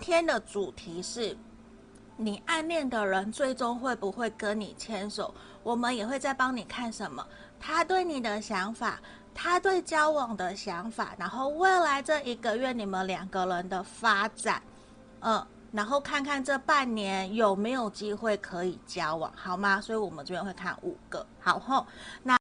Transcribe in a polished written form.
天的主题是你暗恋的人最终会不会跟你牵手？我们也会再帮你看什么，他对你的想法，他对交往的想法，然后未来这一个月你们两个人的发展，然后看看这半年有没有机会可以交往，好吗？所以我们这边会看5个，好后，那